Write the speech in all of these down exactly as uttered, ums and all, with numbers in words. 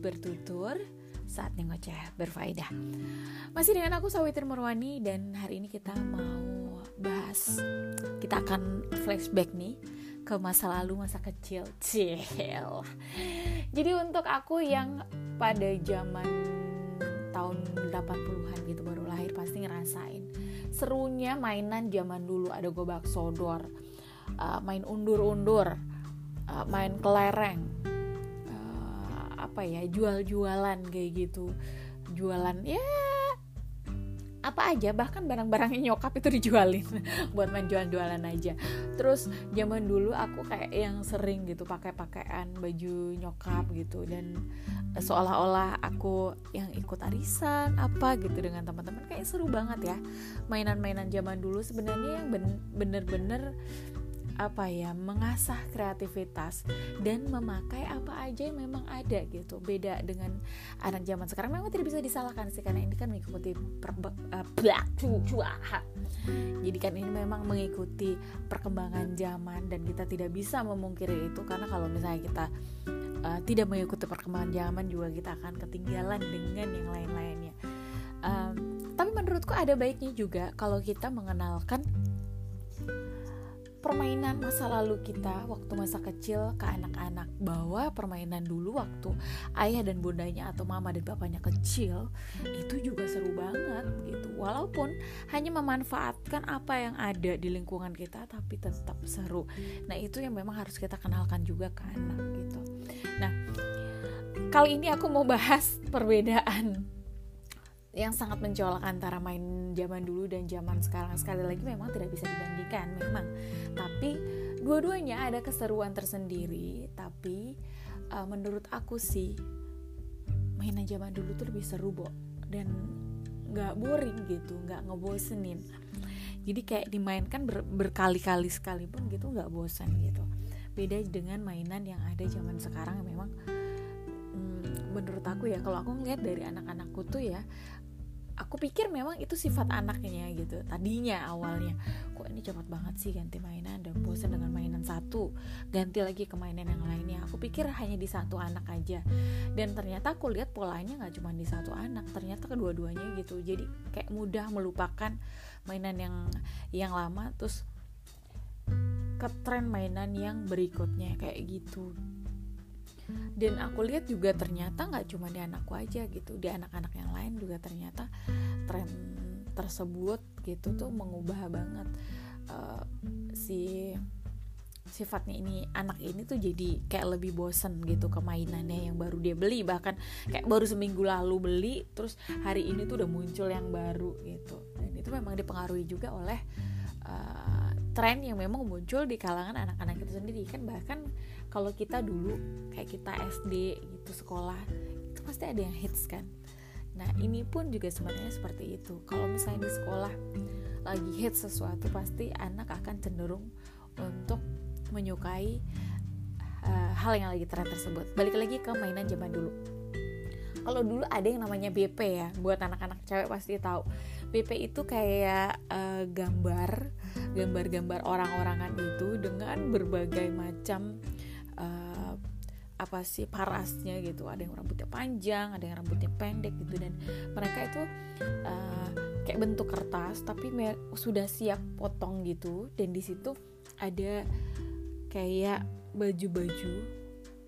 bertutur, saatnya ngoceh berfaedah. Masih dengan aku Sawitir Murwani, dan hari ini kita mau bahas, kita akan flashback nih ke masa lalu, masa kecil. Cil. Jadi untuk aku yang pada zaman tahun delapan puluhan gitu baru lahir, pasti ngerasain serunya mainan zaman dulu. Ada gobak sodor, uh, main undur-undur, uh, main kelereng, apa ya, jual-jualan kayak gitu, jualan ya apa aja, bahkan barang-barangnya nyokap itu dijualin buat main jual-jualan aja. Terus zaman dulu aku kayak yang sering gitu pakai pakaian baju nyokap gitu, dan seolah-olah aku yang ikut arisan apa gitu dengan teman-teman. Kayak seru banget ya mainan-mainan zaman dulu, sebenarnya yang ben- bener-bener apa ya, mengasah kreativitas dan memakai apa aja yang memang ada gitu. Beda dengan anak zaman sekarang, memang tidak bisa disalahkan sih, karena ini kan mengikuti perbe- uh, jadi kan ini memang mengikuti perkembangan zaman, dan kita tidak bisa memungkiri itu, karena kalau misalnya kita uh, tidak mengikuti perkembangan zaman juga kita akan ketinggalan dengan yang lain-lainnya. Um, tapi menurutku ada baiknya juga kalau kita mengenalkan permainan masa lalu kita waktu masa kecil ke anak-anak, bahwa permainan dulu waktu ayah dan bundanya atau mama dan bapaknya kecil itu juga seru banget gitu. Walaupun hanya memanfaatkan apa yang ada di lingkungan kita, tapi tetap seru. Nah, itu yang memang harus kita kenalkan juga ke anak gitu. Nah, kali ini aku mau bahas perbedaan yang sangat mencolok antara main zaman dulu dan zaman sekarang. Sekali lagi memang tidak bisa dibandingkan memang, tapi dua-duanya ada keseruan tersendiri. Tapi uh, menurut aku sih mainan zaman dulu tuh lebih seru, Bo, dan gak boring gitu, gak ngebosenin. Jadi kayak dimainkan ber- berkali-kali sekalipun gitu gak bosan gitu. Beda dengan mainan yang ada zaman sekarang yang memang hmm, menurut aku ya, kalau aku ngeliat dari anak-anakku tuh ya, aku pikir memang itu sifat anaknya gitu. Tadinya awalnya, kok ini cepat banget sih ganti mainan, dan bosan dengan mainan satu, ganti lagi ke mainan yang lainnya. Aku pikir hanya di satu anak aja, dan ternyata aku lihat polanya nggak cuma di satu anak, ternyata kedua-duanya gitu. Jadi kayak mudah melupakan mainan yang yang lama, terus ke tren mainan yang berikutnya kayak gitu. Dan aku lihat juga ternyata gak cuma di anakku aja gitu, di anak-anak yang lain juga ternyata tren tersebut gitu tuh mengubah banget uh, si sifatnya ini. Anak ini tuh jadi kayak lebih bosen gitu ke mainannya yang baru dia beli, bahkan kayak baru seminggu lalu beli, terus hari ini tuh udah muncul yang baru gitu. Dan itu memang dipengaruhi juga oleh uh, tren yang memang muncul di kalangan anak-anak itu sendiri kan. Bahkan kalau kita dulu kayak kita S D gitu, sekolah itu pasti ada yang hits kan. Nah, ini pun juga sebenarnya seperti itu. Kalau misalnya di sekolah lagi hits sesuatu, pasti anak akan cenderung untuk menyukai uh, hal yang lagi tren tersebut. Balik lagi ke mainan zaman dulu. Kalau dulu ada yang namanya B P ya, buat anak-anak cewek pasti tahu. B P itu kayak uh, gambar, gambar-gambar orang-orangan itu dengan berbagai macam uh, apa sih parasnya gitu. Ada yang rambutnya panjang, ada yang rambutnya pendek gitu, dan mereka itu uh, kayak bentuk kertas tapi me- sudah siap potong gitu, dan di situ ada kayak baju-baju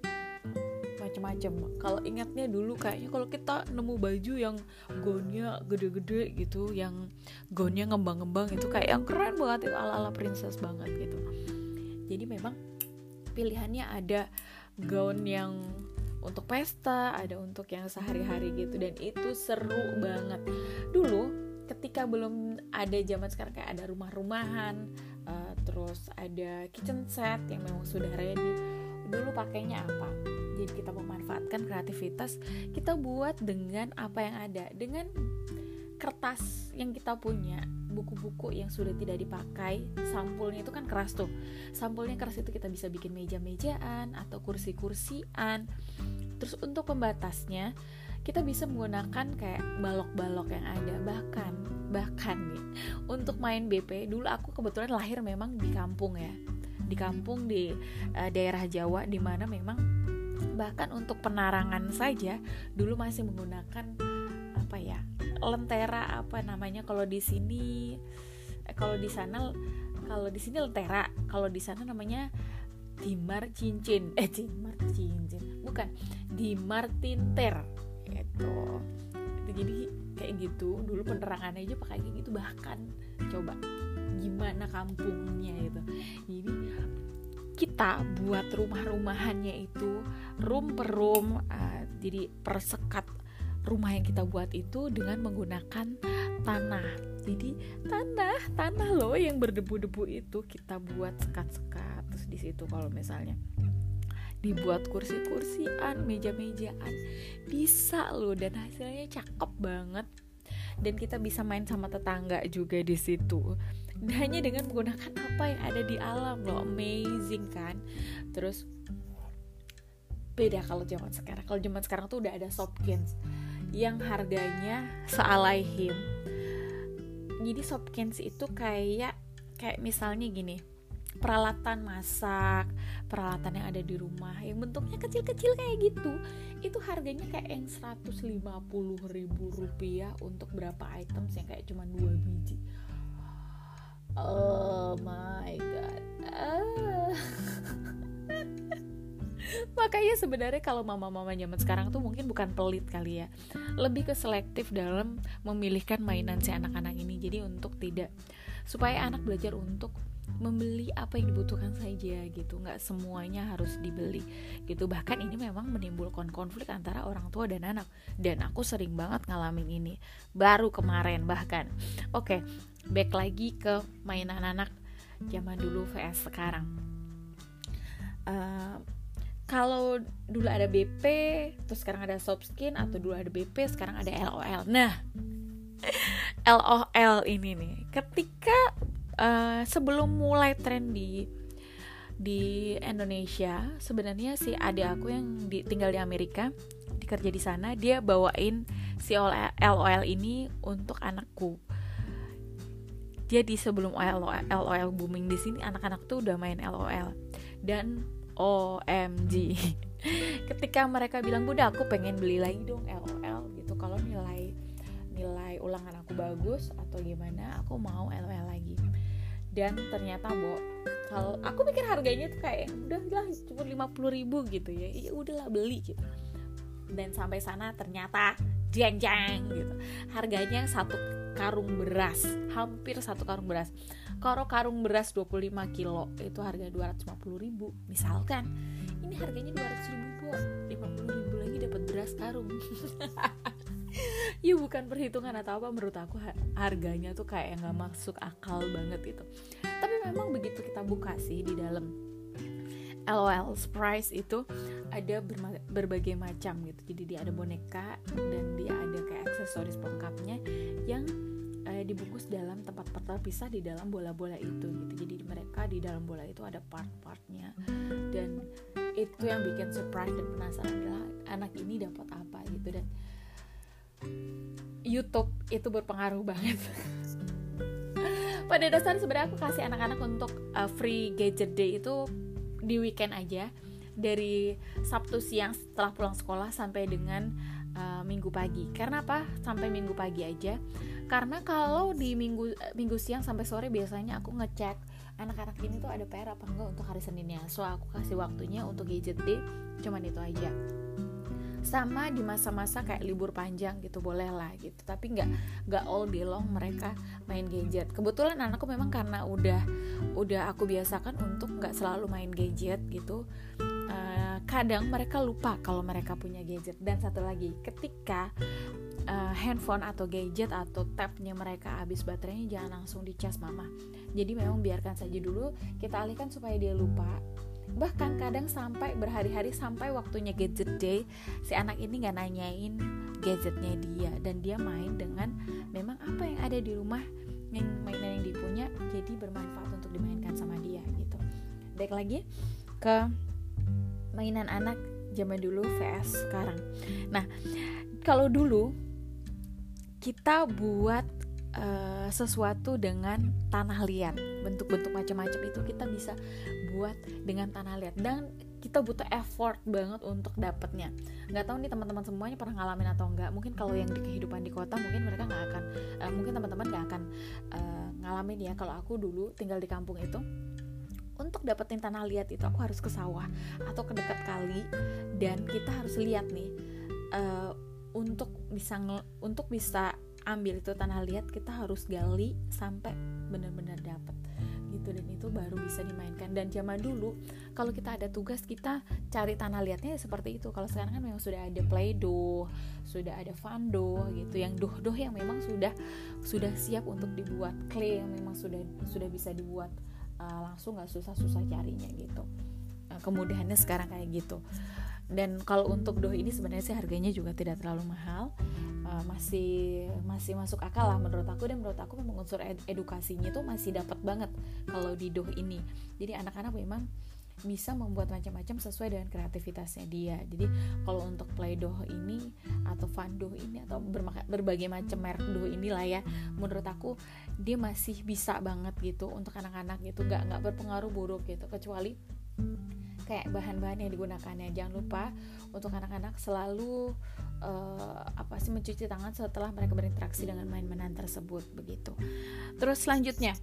macam-macam. Kalau ingatnya dulu kayaknya kalau kita nemu baju yang gaunnya gede-gede gitu, yang gaunnya ngembang-ngembang, itu kayak yang keren banget, itu ala-ala princess banget gitu. Jadi memang pilihannya ada gaun yang untuk pesta, ada untuk yang sehari-hari gitu, dan itu seru banget. Dulu ketika belum ada zaman sekarang kayak ada rumah-rumahan, uh, terus ada kitchen set yang memang sudah ready, dulu pakainya apa? Jadi kita memanfaatkan kreativitas, kita buat dengan apa yang ada, dengan kertas yang kita punya, buku-buku yang sudah tidak dipakai, sampulnya itu kan keras tuh, sampulnya keras itu kita bisa bikin meja-mejaan atau kursi-kursian. Terus untuk pembatasnya kita bisa menggunakan kayak balok-balok yang ada. Bahkan bahkan nih untuk main B P, dulu aku kebetulan lahir memang di kampung ya, di kampung di uh, daerah Jawa, di mana memang Bahkan untuk penarangan saja dulu masih menggunakan apa ya, lentera, apa namanya kalau di sini, eh, kalau di sana, kalau di sini lentera, kalau di sana namanya dimar cincin, eh dimar cincin, bukan, dimar tinter, gitu. Itu jadi kayak gitu dulu penerangannya aja pakai kayak gitu. Bahkan coba gimana kampungnya itu. Jadi kita buat rumah-rumahannya itu room per room, uh, jadi persekat rumah yang kita buat itu dengan menggunakan tanah. Jadi tanah, tanah loh yang berdebu-debu itu kita buat sekat-sekat. Terus di situ kalau misalnya dibuat kursi-kursian, meja-mejaan, bisa loh, dan hasilnya cakep banget. Dan kita bisa main sama tetangga juga di situ. Hanya dengan menggunakan apa yang ada di alam loh, amazing kan. Terus beda kalau zaman sekarang. Kalau zaman sekarang tuh udah ada Shopkins yang harganya sealaihim. Jadi Shopkins itu kayak kayak misalnya gini, peralatan masak, peralatan yang ada di rumah yang bentuknya kecil-kecil kayak gitu, itu harganya kayak yang seratus lima puluh ribu rupiah untuk berapa items yang kayak cuma dua biji. Oh my god. ah. Makanya sebenarnya kalau mama-mama zaman sekarang tuh mungkin bukan pelit kali ya, lebih ke selektif dalam memilihkan mainan si anak-anak ini. Jadi untuk tidak, supaya anak belajar untuk membeli apa yang dibutuhkan saja gitu, nggak semuanya harus dibeli gitu. Bahkan ini memang menimbulkan konflik antara orang tua dan anak, dan aku sering banget ngalamin ini baru kemarin bahkan. Oke, back lagi ke mainan anak zaman dulu vs sekarang. Uh, kalau dulu ada B P, terus sekarang ada Shopkins, atau dulu ada B P, sekarang ada L O L. Nah, L O L ini nih, ketika uh, sebelum mulai tren di di Indonesia, sebenarnya si adik aku yang di, tinggal di Amerika, dikerja di sana, dia bawain si L O L ini untuk anakku. Jadi sebelum L O L booming di sini, anak-anak tuh udah main L O L. Dan O M G, ketika mereka bilang, "Bunda, aku pengen beli lagi dong L O L gitu. Kalau nilai nilai ulangan aku bagus atau gimana, aku mau L O L lagi." Dan ternyata, Bo, kalau aku pikir harganya tuh kayak udahlah cuma lima puluh ribu gitu ya. Ya udahlah beli gitu. Dan sampai sana ternyata jeng-jeng gitu. Harganya satu karung beras, hampir satu karung beras. Kalau karung beras dua puluh lima kilo itu harga dua ratus lima puluh ribu. Misalkan ini harganya dua ratus ribu, Bu. lima puluh ribu lagi dapat beras karung. Ya bukan perhitungan atau apa, menurut aku harganya tuh kayak nggak masuk akal banget gitu. Tapi memang begitu kita buka sih di dalam L O L Surprise itu ada berma- berbagai macam gitu. Jadi dia ada boneka dan dia ada kayak aksesoris pelengkapnya yang eh, dibungkus dalam tempat terpisah di dalam bola-bola itu gitu. Jadi mereka di dalam bola itu ada part-partnya, dan itu yang bikin surprise dan penasaran adalah anak ini dapat apa gitu. Dan YouTube itu berpengaruh banget. Pada dasarnya sebenarnya aku kasih anak-anak untuk uh, free gadget day itu di weekend aja, dari Sabtu siang setelah pulang sekolah sampai dengan uh, Minggu pagi. Karena apa? Sampai Minggu pagi aja. Karena kalau di Minggu Minggu siang sampai sore biasanya aku ngecek anak-anak ini tuh ada P R apa enggak untuk hari Seninnya. So aku kasih waktunya untuk gadget day cuman itu aja. Sama di masa-masa kayak libur panjang gitu boleh lah gitu, tapi nggak nggak all day long mereka main gadget. Kebetulan anakku memang karena udah udah aku biasakan untuk nggak selalu main gadget gitu. Uh, kadang mereka lupa kalau mereka punya gadget. Dan satu lagi, ketika uh, handphone atau gadget atau tabnya mereka habis baterainya, jangan langsung dicas mama. Jadi memang biarkan saja dulu, kita alihkan supaya dia lupa. Bahkan kadang sampai berhari-hari, sampai waktunya gadget day, si anak ini gak nanyain gadgetnya dia, dan dia main dengan memang apa yang ada di rumah, yang mainan yang dipunya, jadi bermanfaat untuk dimainkan sama dia gitu. Baik lagi ke mainan anak zaman dulu vs sekarang. Nah, kalau dulu kita buat uh, sesuatu dengan tanah liat, bentuk-bentuk macam-macam itu kita bisa buat dengan tanah liat. Dan kita butuh effort banget untuk dapetnya. Nggak tahu nih teman-teman semuanya pernah ngalamin atau enggak. Mungkin kalau yang di kehidupan di kota mungkin mereka nggak akan, uh, mungkin teman-teman nggak akan uh, ngalamin ya. Kalau aku dulu tinggal di kampung itu, untuk dapetin tanah liat itu aku harus ke sawah atau ke dekat kali, dan kita harus lihat nih uh, untuk bisa nge- untuk bisa ambil itu tanah liat kita harus gali sampai benar-benar dapet gitu, dan itu baru bisa dimainkan. Dan zaman dulu kalau kita ada tugas kita cari tanah liatnya seperti itu. Kalau sekarang kan memang sudah ada play-doh, sudah ada fando gitu, yang doh-doh yang memang sudah sudah siap untuk dibuat, clay yang memang sudah sudah bisa dibuat uh, langsung, nggak susah-susah carinya gitu. Uh, kemudahannya sekarang kayak gitu. Dan kalau untuk doh ini sebenarnya sih harganya juga tidak terlalu mahal. Uh, masih masih masuk akal lah menurut aku, dan menurut aku memang unsur ed- edukasinya tuh masih dapat banget kalau di doh ini. Jadi anak-anak memang bisa membuat macam-macam sesuai dengan kreativitasnya dia. Jadi kalau untuk play doh ini atau fan doh ini atau bermaka- berbagai macam merek doh inilah ya, menurut aku dia masih bisa banget gitu untuk anak-anak gitu, nggak nggak berpengaruh buruk gitu, kecuali kayak bahan-bahan yang digunakannya. Jangan lupa untuk anak-anak selalu Uh, apa sih mencuci tangan setelah mereka berinteraksi dengan main-mainan tersebut begitu. Terus selanjutnya,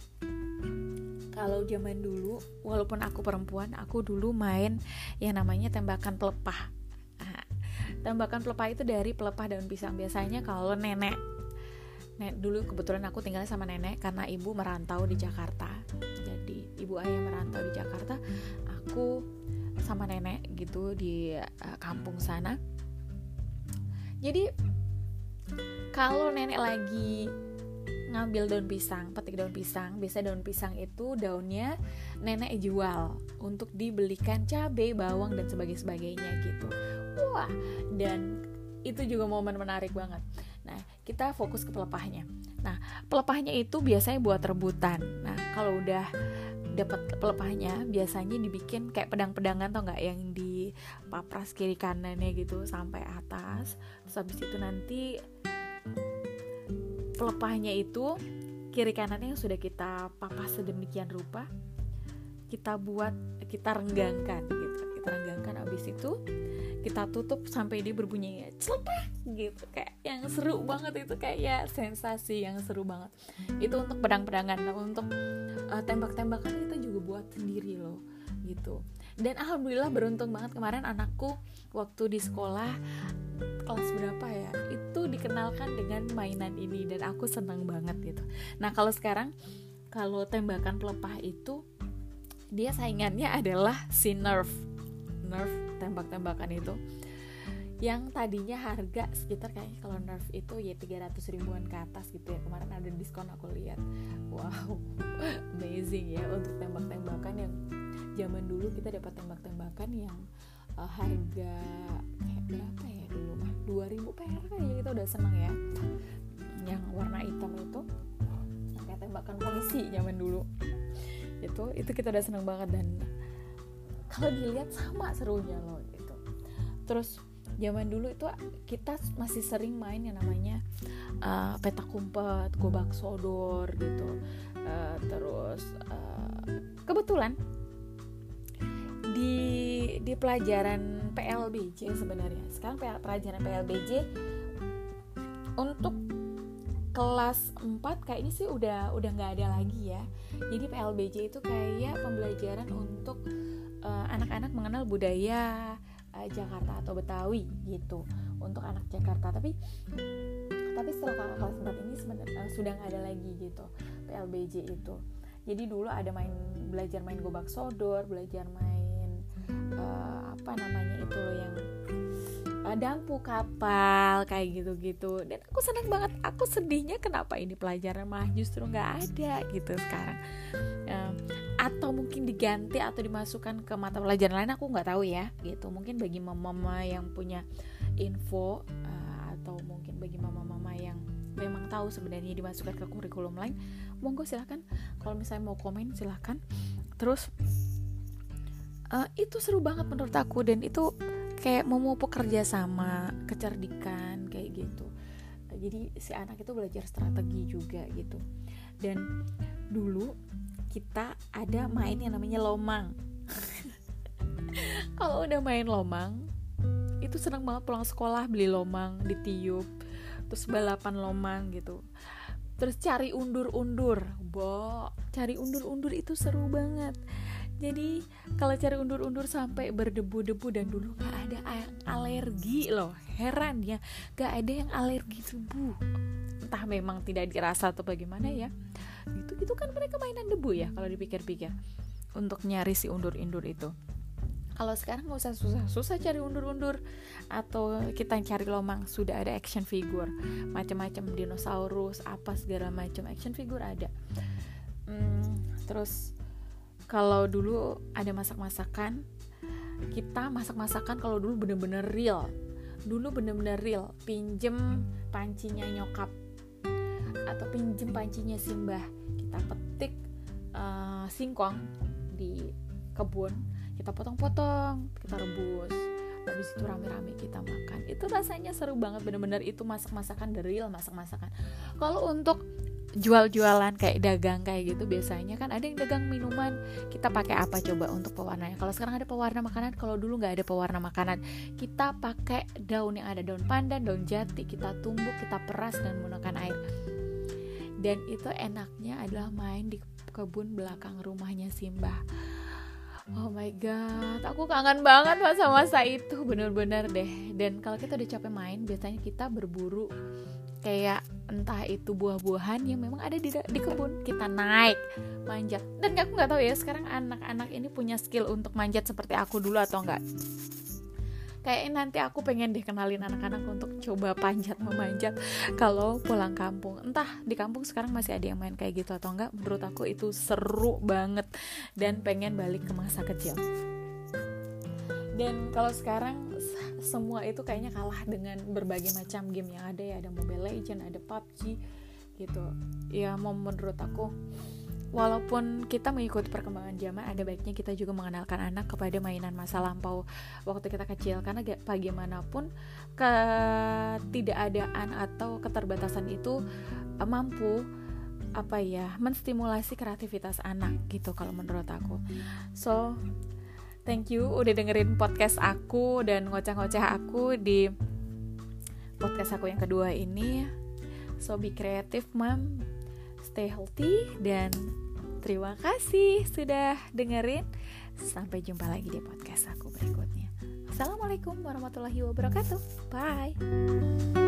kalau zaman dulu, walaupun aku perempuan, aku dulu main yang namanya tembakan pelepah. Nah, tembakan pelepah itu dari pelepah daun pisang. Biasanya kalau nenek, nenek dulu kebetulan aku tinggalnya sama nenek karena ibu merantau di Jakarta. Jadi ibu ayah merantau di Jakarta, aku sama nenek gitu di uh, kampung sana. Jadi kalau nenek lagi ngambil daun pisang, petik daun pisang, biasanya daun pisang itu daunnya nenek jual untuk dibelikan cabai, bawang dan sebagainya gitu. Wah, dan itu juga momen menarik banget. Nah, kita fokus ke pelepahnya. Nah, pelepahnya itu biasanya buat rebutan. Nah, kalau udah dapat pelepahnya biasanya dibikin kayak pedang-pedangan, tau nggak, yang dipapras kiri kanannya gitu sampai atas. Terus habis itu nanti pelepahnya itu kiri kanannya yang sudah kita papas sedemikian rupa, kita buat, kita renggangkan gitu. Kita renggangkan, habis itu kita tutup sampai dia berbunyi celepah gitu, kayak yang seru banget itu, kayak ya sensasi yang seru banget. Itu untuk pedang-pedangan. Nah, untuk uh, tembak-tembakan kita juga buat sendiri loh gitu. Dan alhamdulillah beruntung banget kemarin anakku waktu di sekolah kelas berapa ya, itu dikenalkan dengan mainan ini dan aku senang banget gitu. Nah, kalau sekarang kalau tembakan pelepah itu dia saingannya adalah si Nerf. Nerf tembak-tembakan itu yang tadinya harga sekitar kayaknya kalau Nerf itu ya tiga ratus ribuan ke atas gitu ya. Kemarin ada diskon aku lihat. Wow, amazing ya untuk tembak-tembakan yang zaman dulu kita dapat tembak-tembakan yang uh, harga kayak berapa ya dulu mah dua ribu perak kayaknya, kita udah seneng ya. Yang warna hitam itu kayak tembakan polisi zaman dulu. Itu itu kita udah seneng banget, dan kalau dilihat sama serunya loh gitu. Terus zaman dulu itu kita masih sering main yang namanya uh, petak umpet, gobak sodor gitu. Uh, terus uh, kebetulan di di pelajaran P L B J sebenarnya. Sekarang pelajaran P L B J untuk kelas empat kayaknya sih udah udah nggak ada lagi ya. Jadi P L B J itu kayak pembelajaran untuk uh, anak-anak mengenal budaya uh, Jakarta atau Betawi gitu untuk anak Jakarta. Tapi tapi setelah kakak kelas empat ini sebenarnya uh, sudah nggak ada lagi gitu P L B J itu. Jadi dulu ada main belajar main gobak sodor, belajar main uh, apa namanya itu loh yang uh, dampu kapal kayak gitu-gitu. Dan aku senang banget. Aku sedihnya kenapa ini pelajaran mah justru nggak ada gitu sekarang. Uh, atau mungkin diganti atau dimasukkan ke mata pelajaran lain, aku nggak tahu ya gitu. Mungkin bagi mama-mama yang punya info uh, atau mungkin bagi mama-mama yang memang tahu sebenarnya dimasukkan ke kurikulum lain, monggo silahkan. Kalau misalnya mau komen silahkan. Terus uh, itu seru banget menurut aku, dan itu kayak memupuk kerjasama, kecerdikan kayak gitu. Uh, jadi si anak itu belajar strategi juga gitu. Dan dulu kita ada main yang namanya lomang. Kalau udah main lomang itu seneng banget, pulang sekolah beli lomang, ditiup, terus balapan lomang gitu. Terus cari undur-undur, bo, cari undur-undur itu seru banget. Jadi kalau cari undur-undur sampai berdebu-debu, dan dulu gak ada yang alergi loh, heran ya, gak ada yang alergi debu. Entah memang tidak dirasa atau bagaimana ya. Gitu itu kan mereka mainan debu ya kalau dipikir-pikir, untuk nyari si undur-undur itu. Kalau sekarang nggak usah susah-susah cari undur-undur, atau kita cari lomang, sudah ada action figure, macam-macam dinosaurus, apa segala macam action figure ada. Hmm, terus kalau dulu ada masak-masakan, kita masak-masakan kalau dulu bener-bener real, dulu bener-bener real, pinjem pancinya nyokap atau pinjem pancinya simbah, kita petik uh, singkong di kebun, kita potong-potong, kita rebus, habis itu rame-rame kita makan. Itu rasanya seru banget, bener-bener itu masak-masakan, the real masak-masakan. Kalau untuk jual-jualan kayak dagang kayak gitu, biasanya kan ada yang dagang minuman, kita pakai apa coba untuk pewarnanya? Kalau sekarang ada pewarna makanan, kalau dulu nggak ada pewarna makanan, kita pakai daun yang ada, daun pandan, daun jati, kita tumbuk, kita peras dan menggunakan air. Dan itu enaknya adalah main di kebun belakang rumahnya Simbah. Oh my god, aku kangen banget masa-masa itu, bener-bener deh. Dan kalau kita udah capek main, biasanya kita berburu kayak entah itu buah-buahan yang memang ada di, di kebun, kita naik, manjat. Dan aku nggak tahu ya sekarang anak-anak ini punya skill untuk manjat seperti aku dulu atau enggak. Kayaknya nanti aku pengen deh kenalin anak-anak untuk coba panjat memanjat kalau pulang kampung. Entah di kampung sekarang masih ada yang main kayak gitu atau enggak. Menurut aku itu seru banget dan pengen balik ke masa kecil. Dan kalau sekarang semua itu kayaknya kalah dengan berbagai macam game yang ada ya. Ada Mobile Legends, ada P U B G gitu. Ya mau menurut aku, walaupun kita mengikuti perkembangan zaman, ada baiknya kita juga mengenalkan anak kepada mainan masa lampau waktu kita kecil. Karena bagaimanapun ketidakadaan atau keterbatasan itu mampu apa ya menstimulasi kreativitas anak gitu kalau menurut aku. So thank you udah dengerin podcast aku dan ngoceh-ngoceh aku di podcast aku yang kedua ini. So be creative mom, stay healthy, dan terima kasih sudah dengerin. Sampai jumpa lagi di podcast aku berikutnya. Assalamualaikum warahmatullahi wabarakatuh. Bye.